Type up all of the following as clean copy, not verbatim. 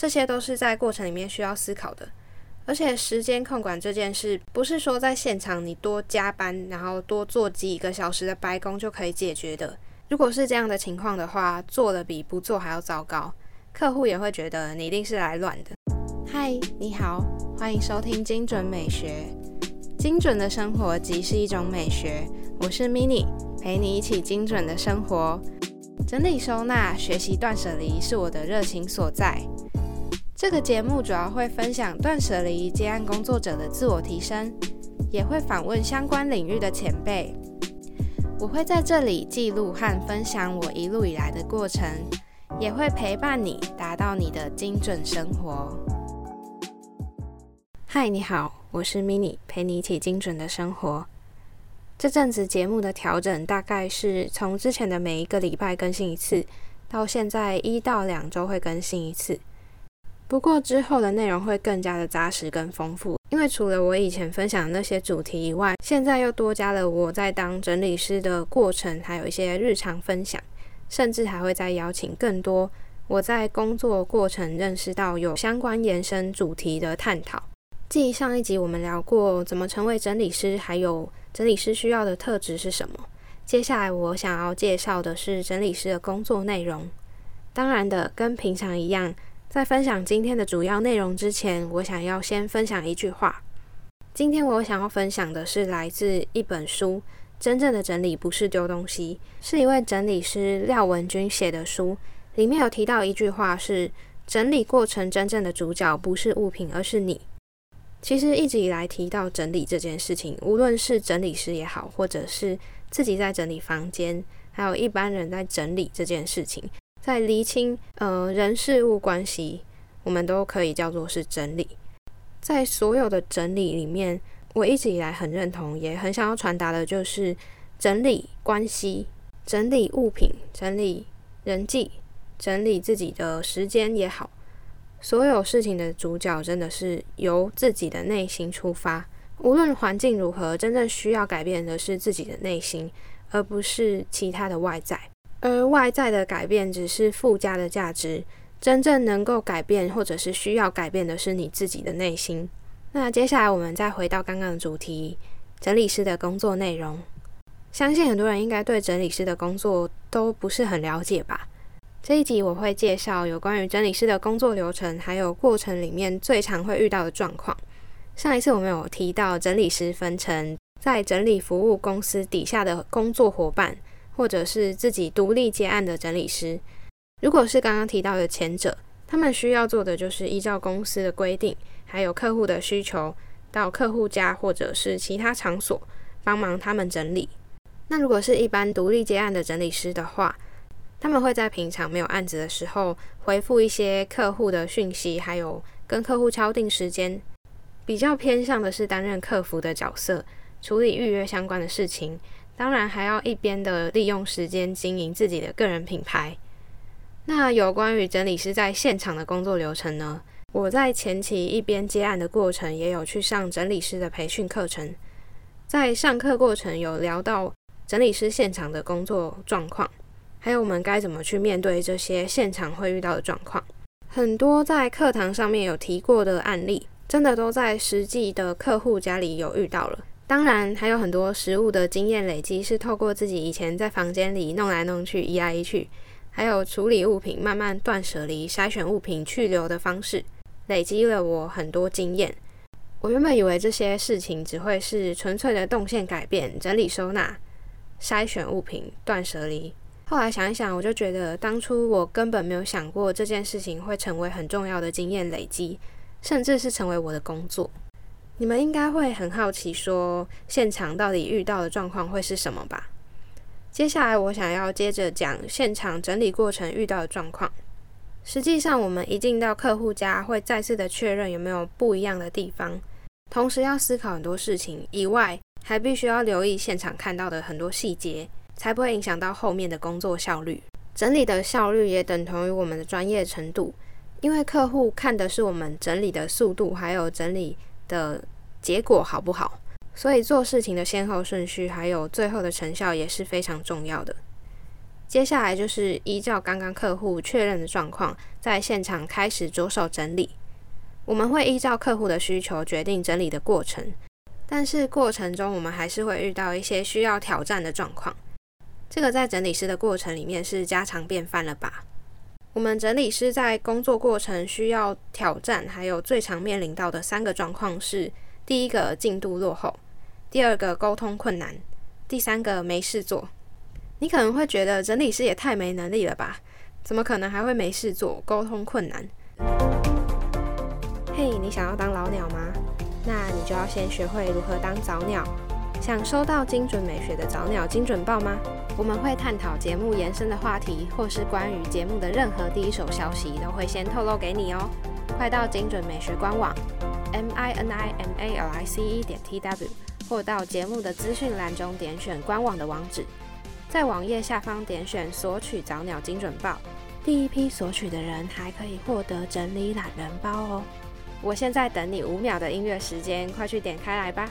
这些都是在过程里面需要思考的。而且时间控管这件事，不是说在现场你多加班，然后多做几个小时的白工就可以解决的。如果是这样的情况的话，做的比不做还要糟糕，客户也会觉得你一定是来乱的。嗨，你好，欢迎收听精准美学。精准的生活即是一种美学，我是 Mini， 陪你一起精准的生活。整理收纳、学习断舍离是我的热情所在。这个节目主要会分享断舍离接案工作者的自我提升，也会访问相关领域的前辈。我会在这里记录和分享我一路以来的过程，也会陪伴你达到你的精准生活。嗨，你好，我是 Mini， 陪你一起精准的生活。这阵子节目的调整大概是从之前的每一个礼拜更新一次，到现在1到2周会更新一次。不过之后的内容会更加的扎实跟丰富，因为除了我以前分享的那些主题以外，现在又多加了我在当整理师的过程，还有一些日常分享，甚至还会再邀请更多我在工作过程认识到有相关延伸主题的探讨。继上一集我们聊过怎么成为整理师，还有整理师需要的特质是什么，接下来我想要介绍的是整理师的工作内容。当然的，跟平常一样，在分享今天的主要内容之前，我想要先分享一句话。今天我想要分享的是来自一本书《真正的整理不是丢东西》，是一位整理师廖文君写的书，里面有提到一句话是：整理过程真正的主角不是物品，而是你。其实一直以来提到整理这件事情，无论是整理师也好，或者是自己在整理房间，还有一般人在整理这件事情，在厘清人事物关系，我们都可以叫做是整理。在所有的整理里面，我一直以来很认同，也很想要传达的就是整理关系、整理物品、整理人际、整理自己的时间也好，所有事情的主角真的是由自己的内心出发。无论环境如何，真正需要改变的是自己的内心，而不是其他的外在。而外在的改变只是附加的价值，真正能够改变或者是需要改变的是你自己的内心。那接下来我们再回到刚刚的主题，整理师的工作内容。相信很多人应该对整理师的工作都不是很了解吧。这一集我会介绍有关于整理师的工作流程，还有过程里面最常会遇到的状况。上一次我们有提到整理师分成在整理服务公司底下的工作伙伴，或者是自己独立接案的整理师。如果是刚刚提到的前者，他们需要做的就是依照公司的规定，还有客户的需求，到客户家或者是其他场所帮忙他们整理。那如果是一般独立接案的整理师的话，他们会在平常没有案子的时候回复一些客户的讯息，还有跟客户敲定时间，比较偏向的是担任客服的角色，处理预约相关的事情，当然还要一边的利用时间经营自己的个人品牌。那有关于整理师在现场的工作流程呢，我在前期一边接案的过程也有去上整理师的培训课程，在上课过程有聊到整理师现场的工作状况，还有我们该怎么去面对这些现场会遇到的状况。很多在课堂上面有提过的案例，真的都在实际的客户家里有遇到了。当然还有很多实务的经验累积是透过自己以前在房间里弄来弄去，移来移去，还有处理物品慢慢断舍离、筛选物品去留的方式，累积了我很多经验。我原本以为这些事情只会是纯粹的动线改变、整理收纳、筛选物品、断舍离，后来想一想，我就觉得当初我根本没有想过这件事情会成为很重要的经验累积，甚至是成为我的工作。你们应该会很好奇说，现场到底遇到的状况会是什么吧？接下来我想要接着讲现场整理过程遇到的状况。实际上我们一进到客户家，会再次的确认有没有不一样的地方，同时要思考很多事情以外，还必须要留意现场看到的很多细节，才不会影响到后面的工作效率。整理的效率也等同于我们的专业程度，因为客户看的是我们整理的速度，还有整理的结果好不好，所以做事情的先后顺序还有最后的成效也是非常重要的。 接下来就是依照刚刚客户确认的状况，在现场开始着手整理。我们会依照客户的需求决定整理的过程，但是过程中我们还是会遇到一些需要挑战的状况。这个在整理师的过程里面是家常便饭了吧？我们整理师在工作过程需要挑战，还有最常面临到的3个状况是：第一个进度落后，第二个沟通困难，第3个没事做。你可能会觉得整理师也太没能力了吧？怎么可能还会没事做？沟通困难？嘿，你想要当老鸟吗？那你就要先学会如何当早鸟。想收到精准美学的早鸟精准报吗？我们会探讨节目延伸的话题，或是关于节目的任何第一手消息，都会先透露给你哦。快到精准美学官网 minimalice.tw， 或到节目的资讯栏中点选官网的网址，在网页下方点选索取早鸟精准报，第一批索取的人还可以获得整理懒人包哦。我现在等你5秒的音乐时间，快去点开来吧。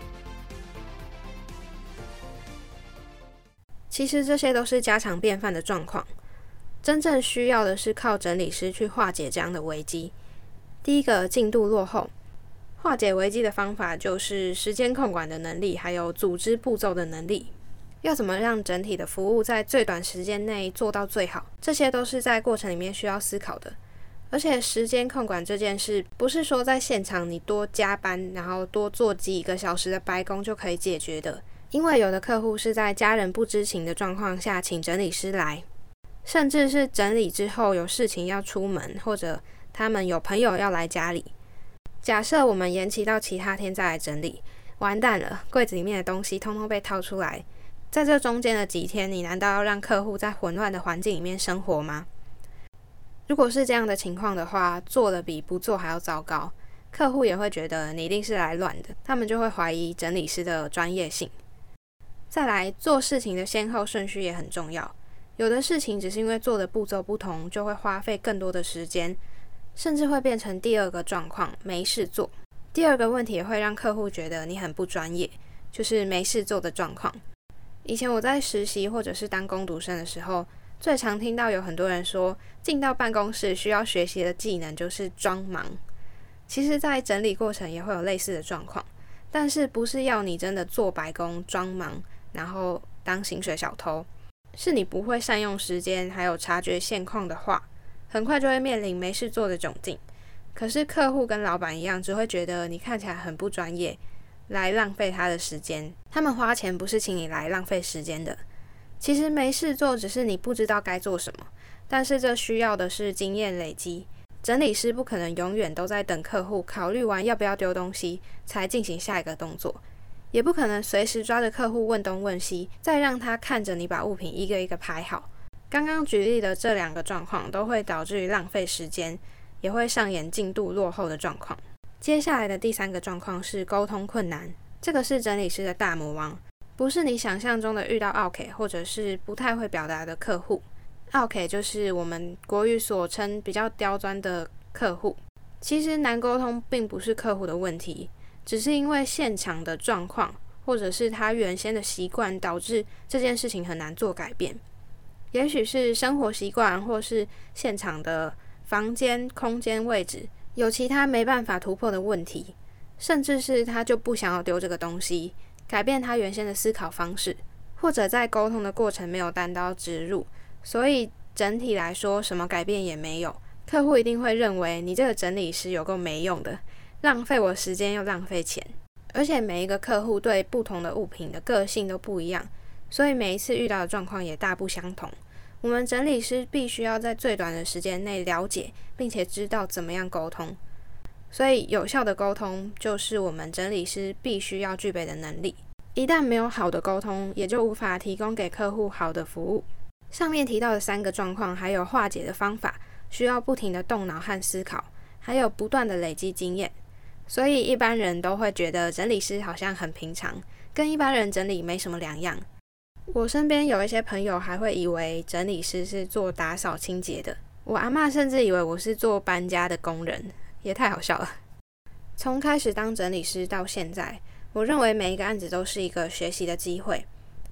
其实这些都是家常便饭的状况，真正需要的是靠整理师去化解这样的危机。第一个，进度落后。化解危机的方法就是时间控管的能力，还有组织步骤的能力。要怎么让整体的服务在最短时间内做到最好，这些都是在过程里面需要思考的。而且时间控管这件事，不是说在现场你多加班，然后多做几个小时的白工就可以解决的。因为有的客户是在家人不知情的状况下请整理师来，甚至是整理之后有事情要出门，或者他们有朋友要来家里。假设我们延期到其他天再来整理，完蛋了，柜子里面的东西通通被掏出来。在这中间的几天，你难道要让客户在混乱的环境里面生活吗？如果是这样的情况的话，做的比不做还要糟糕。客户也会觉得你一定是来乱的，他们就会怀疑整理师的专业性。再来，做事情的先后顺序也很重要。有的事情只是因为做的步骤不同，就会花费更多的时间，甚至会变成第二个状况，没事做。第二个问题也会让客户觉得你很不专业，就是没事做的状况。以前我在实习或者是当工读生的时候，最常听到有很多人说，进到办公室需要学习的技能就是装忙。其实在整理过程也会有类似的状况，但是不是要你真的做白工装忙，然后当薪水小偷。是你不会善用时间，还有察觉现况的话，很快就会面临没事做的窘境。可是客户跟老板一样，只会觉得你看起来很不专业，来浪费他的时间。他们花钱不是请你来浪费时间的。其实没事做只是你不知道该做什么，但是这需要的是经验累积。整理师不可能永远都在等客户考虑完要不要丢东西才进行下一个动作，也不可能随时抓着客户问东问西，再让他看着你把物品一个一个排好。刚刚举例的这2个状况都会导致于浪费时间，也会上演进度落后的状况。接下来的第3个状况是沟通困难，这个是整理师的大魔王，不是你想象中的遇到OK或者是不太会表达的客户。OK 就是我们国语所称比较刁钻的客户。其实难沟通并不是客户的问题，只是因为现场的状况或者是他原先的习惯导致这件事情很难做改变。也许是生活习惯，或是现场的房间、空间位置有其他没办法突破的问题，甚至是他就不想要丢这个东西，改变他原先的思考方式，或者在沟通的过程没有单刀直入，所以整体来说什么改变也没有。客户一定会认为你这个整理师有够没用的，浪费我时间又浪费钱。而且每一个客户对不同的物品的个性都不一样，所以每一次遇到的状况也大不相同。我们整理师必须要在最短的时间内了解，并且知道怎么样沟通。所以有效的沟通就是我们整理师必须要具备的能力。一旦没有好的沟通，也就无法提供给客户好的服务。上面提到的3个状况还有化解的方法，需要不停的动脑和思考，还有不断的累积经验。所以一般人都会觉得整理师好像很平常，跟一般人整理没什么两样。我身边有一些朋友还会以为整理师是做打扫清洁的，我阿嬷甚至以为我是做搬家的工人，也太好笑了。从开始当整理师到现在，我认为每一个案子都是一个学习的机会。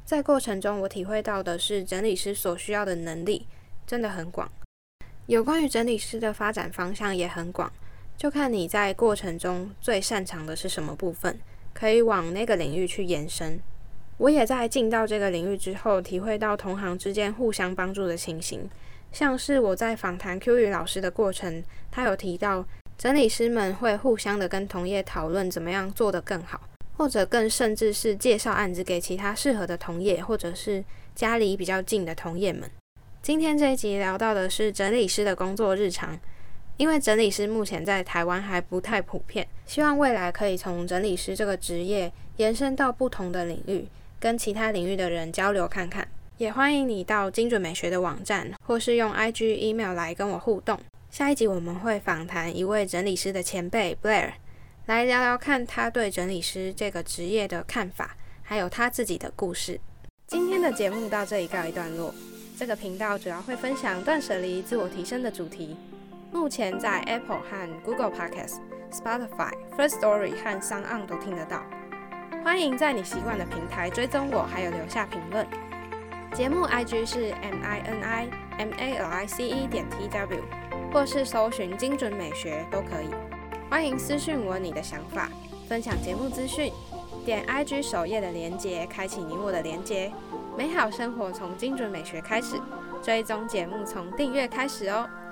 在过程中我体会到的是整理师所需要的能力真的很广，有关于整理师的发展方向也很广，就看你在过程中最擅长的是什么部分，可以往那个领域去延伸。我也在进到这个领域之后，体会到同行之间互相帮助的情形，像是我在访谈 Q 宇老师的过程，他有提到整理师们会互相的跟同业讨论怎么样做得更好，或者更甚至是介绍案子给其他适合的同业，或者是家里比较近的同业们。今天这一集聊到的是整理师的工作日常，因为整理师目前在台湾还不太普遍，希望未来可以从整理师这个职业延伸到不同的领域，跟其他领域的人交流看看。也欢迎你到精准美学的网站，或是用 IG、email 来跟我互动。下一集我们会访谈一位整理师的前辈 Blair， 来聊聊看他对整理师这个职业的看法，还有他自己的故事。今天的节目到这里告一段落。这个频道主要会分享断舍离、自我提升的主题。目前在 Apple 和 Google Podcast、Spotify、Firstory 和 SoundOn 都听得到。欢迎在你习惯的平台追踪我，还有留下评论。节目 IG 是 MINIMALICE.TW， 或是搜寻精准美学都可以。欢迎私讯我你的想法，分享节目资讯，点 IG 首页的连结，开启你我的连结。美好生活从精准美学开始，追踪节目从订阅开始哦。